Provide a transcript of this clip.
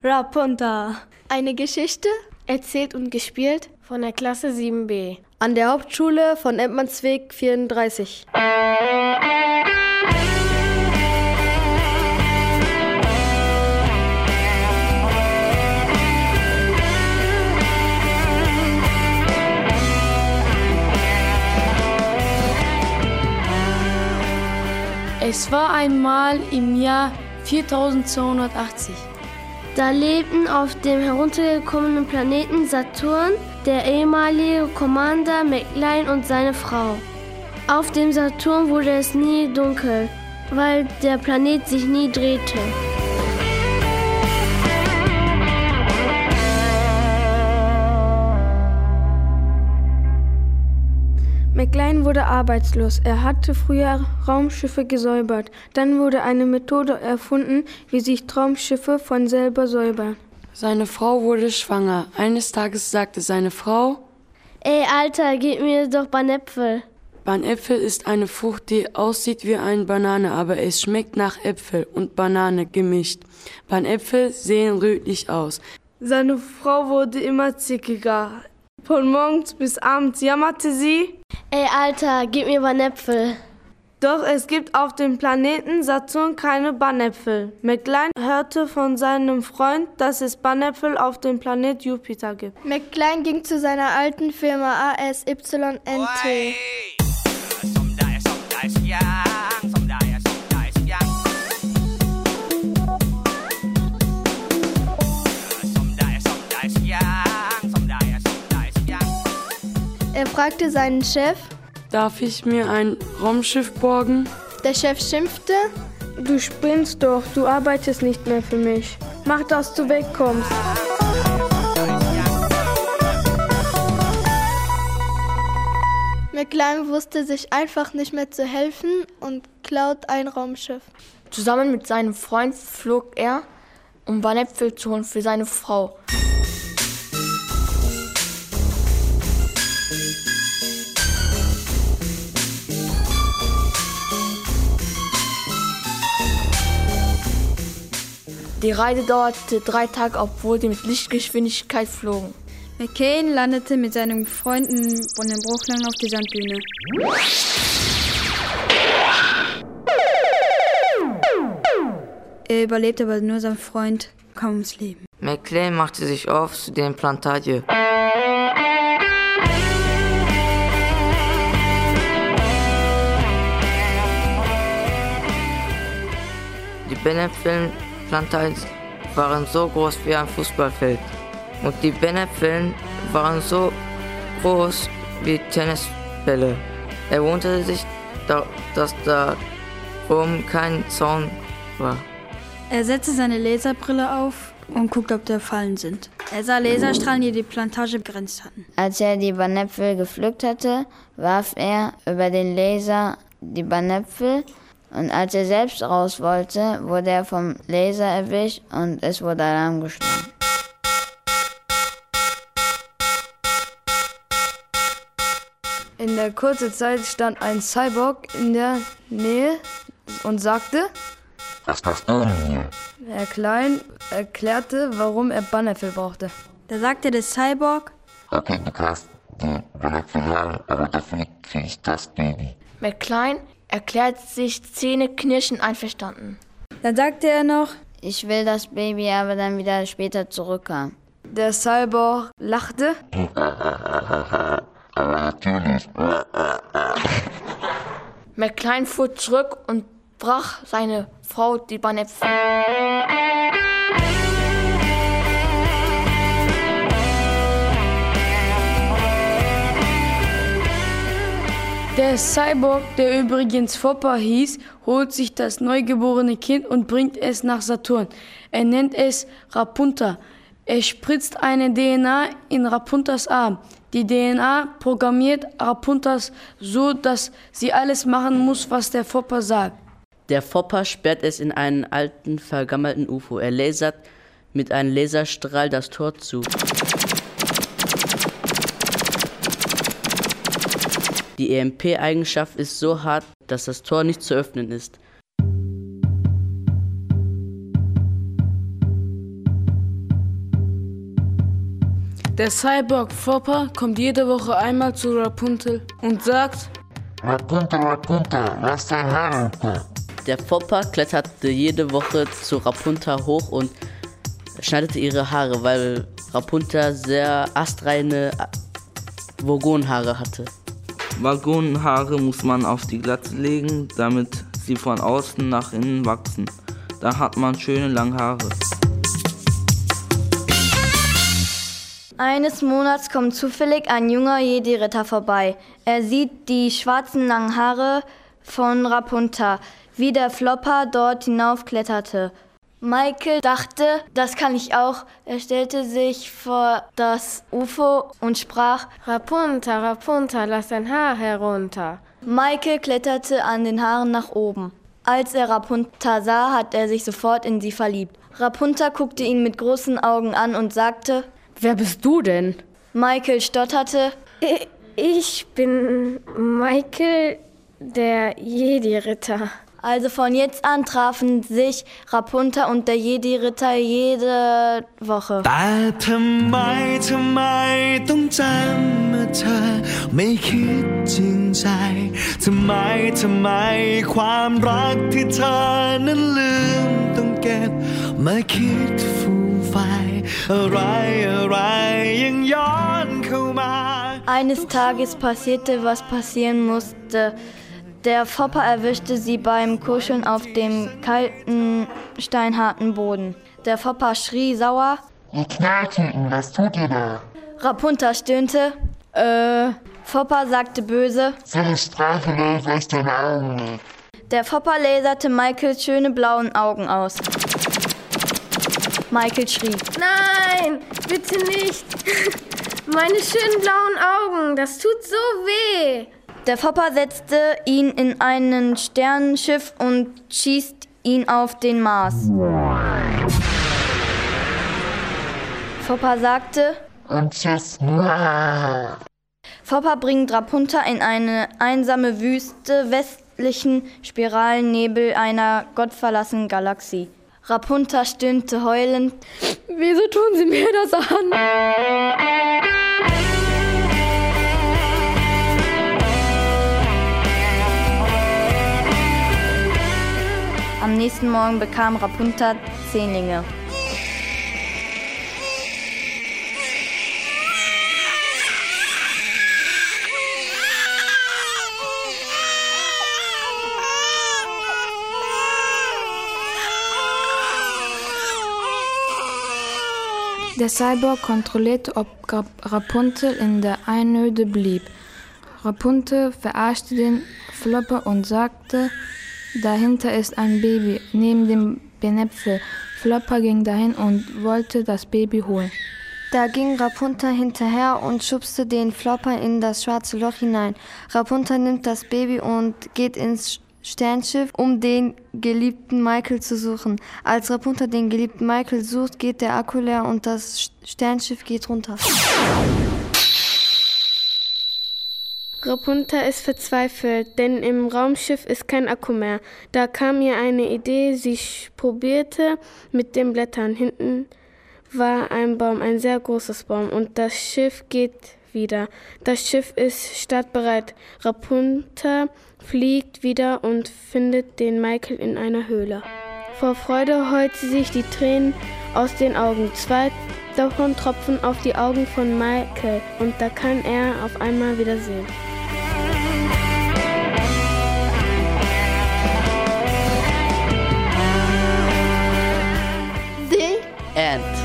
Rapunta. Eine Geschichte, erzählt und gespielt von der Klasse 7b. An der Hauptschule von Embmannsweg 34. Es war einmal im Jahr 4280. Da lebten auf dem heruntergekommenen Planeten Saturn der ehemalige Commander McLean und seine Frau. Auf dem Saturn wurde es nie dunkel, weil der Planet sich nie drehte. McLean wurde arbeitslos. Er hatte früher Raumschiffe gesäubert. Dann wurde eine Methode erfunden, wie sich Raumschiffe von selber säubern. Seine Frau wurde schwanger. Eines Tages sagte seine Frau: Ey, Alter, gib mir doch Banäpfel. Banäpfel ist eine Frucht, die aussieht wie eine Banane, aber es schmeckt nach Äpfel und Banane gemischt. Banäpfel sehen rötlich aus. Seine Frau wurde immer zickiger. Von morgens bis abends jammerte sie: Ey, Alter, gib mir Banäpfel. Doch es gibt auf dem Planeten Saturn keine Banäpfel. McLean hörte von seinem Freund, dass es Banäpfel auf dem Planet Jupiter gibt. McLean ging zu seiner alten Firma ASYNT. Er fragte seinen Chef: Darf ich mir ein Raumschiff borgen? Der Chef schimpfte: Du spinnst doch, du arbeitest nicht mehr für mich. Mach, dass du wegkommst. McLean wusste sich einfach nicht mehr zu helfen und klaut ein Raumschiff. Zusammen mit seinem Freund flog er, um Banäpfel zu holen für seine Frau. Die Reise dauerte 3 Tage, obwohl sie mit Lichtgeschwindigkeit flogen. McLean landete mit seinen Freunden von den Bruchlandern auf die Sanddüne. Er überlebte, aber nur sein Freund kam ums Leben. McLean machte sich auf zu der Plantage. Die Banäpfelplantagen waren so groß wie ein Fußballfeld. Und die Banäpfel waren so groß wie Tennisbälle. Er wunderte sich, dass da oben kein Zaun war. Er setzte seine Laserbrille auf und guckte, ob da Fallen sind. Er sah Laserstrahlen, die die Plantage begrenzt hatten. Als er die Banäpfel gepflückt hatte, warf er über den Laser die Banäpfel. Und als er selbst raus wollte, wurde er vom Laser erwischt und es wurde Alarm geschlagen. In der kurzen Zeit stand ein Cyborg in der Nähe und sagte: Was machst du denn hier? McLean erklärte, warum er Banäpfel brauchte. Da sagte der Cyborg: Okay, du kannst die Banäpfel haben, aber dafür krieg ich das Baby. McLean erklärt sich zähneknirschend einverstanden. Dann sagte er noch: Ich will das Baby aber dann wieder später zurückhaben. Der Cyborg lachte. Aber natürlich. McLean fuhr zurück und brach seine Frau die Banäpfel. Der Cyborg, der übrigens Fopper hieß, holt sich das neugeborene Kind und bringt es nach Saturn. Er nennt es Rapunta. Er spritzt eine DNA in Rapuntas Arm. Die DNA programmiert Rapuntas so, dass sie alles machen muss, was der Fopper sagt. Der Fopper sperrt es in einen alten, vergammelten UFO. Er lasert mit einem Laserstrahl das Tor zu. Die EMP-Eigenschaft ist so hart, dass das Tor nicht zu öffnen ist. Der Cyborg Fopper kommt jede Woche einmal zu Rapunzel und sagt: Rapunzel, Rapunzel, lass dein Haar runter. Der Fopper kletterte jede Woche zu Rapunzel hoch und schneidete ihre Haare, weil Rapunzel sehr astreine Vogonhaare hatte. Vagonenhaare muss man auf die Glatze legen, damit sie von außen nach innen wachsen. Dann hat man schöne lange Haare. Eines Monats kommt zufällig ein junger Jedi-Ritter vorbei. Er sieht die schwarzen langen Haare von Rapunzel, wie der Flopper dort hinaufkletterte. Michael dachte, das kann ich auch. Er stellte sich vor das UFO und sprach: Rapunzel, Rapunzel, lass dein Haar herunter. Michael kletterte an den Haaren nach oben. Als er Rapunzel sah, hat er sich sofort in sie verliebt. Rapunzel guckte ihn mit großen Augen an und sagte: Wer bist du denn? Michael stotterte: Ich bin Michael, der Jedi-Ritter. Also von jetzt an trafen sich Rapunzel und der Jedi-Ritter jede Woche. แต่ทำไมต้องจำเมื่อเธอไม่คิดจริงใจทำไมความรักที่เธอนั้นลืมต้องเก็บมาคิดฟูมไฟอะไรยังย้อนเข้ามา Eines Tages passierte, was passieren musste. Der Fopper erwischte sie beim Kuscheln auf dem kalten, steinharten Boden. Der Fopper schrie sauer: Ihr Knalltüten, was tut ihr da? Rapunzel stöhnte: Fopper sagte böse: Soll ich Streifen durch deine Augen legen? Der Fopper laserte Michaels schöne blauen Augen aus. Michael schrie: Nein, bitte nicht. Meine schönen blauen Augen, das tut so weh. Der Fopper setzte ihn in ein Sternenschiff und schießt ihn auf den Mars. Fopper sagte: Und tschüss. Fopper bringt Rapunzel in eine einsame Wüste westlichen Spiralnebel einer gottverlassenen Galaxie. Rapunzel stöhnte heulend: Wieso tun Sie mir das an? Am nächsten Morgen bekam Rapunzel Zähnlinge. Der Cyborg kontrollierte, ob Rapunzel in der Einöde blieb. Rapunzel verarschte den Flopper und sagte: Dahinter ist ein Baby, neben dem Benäpfel. Flopper ging dahin und wollte das Baby holen. Da ging Rapunzel hinterher und schubste den Flopper in das schwarze Loch hinein. Rapunzel nimmt das Baby und geht ins Sternschiff, um den geliebten Michael zu suchen. Als Rapunzel den geliebten Michael sucht, geht der Akku leer und das Sternschiff geht runter. Rapunzel ist verzweifelt, denn im Raumschiff ist kein Akku mehr. Da kam ihr eine Idee, sie probierte mit den Blättern. Hinten war ein Baum, ein sehr großes Baum, und das Schiff geht wieder. Das Schiff ist startbereit. Rapunzel fliegt wieder und findet den Michael in einer Höhle. Vor Freude heult sie sich die Tränen aus den Augen. 2 davon tropfen auf die Augen von Michael und da kann er auf einmal wieder sehen. End.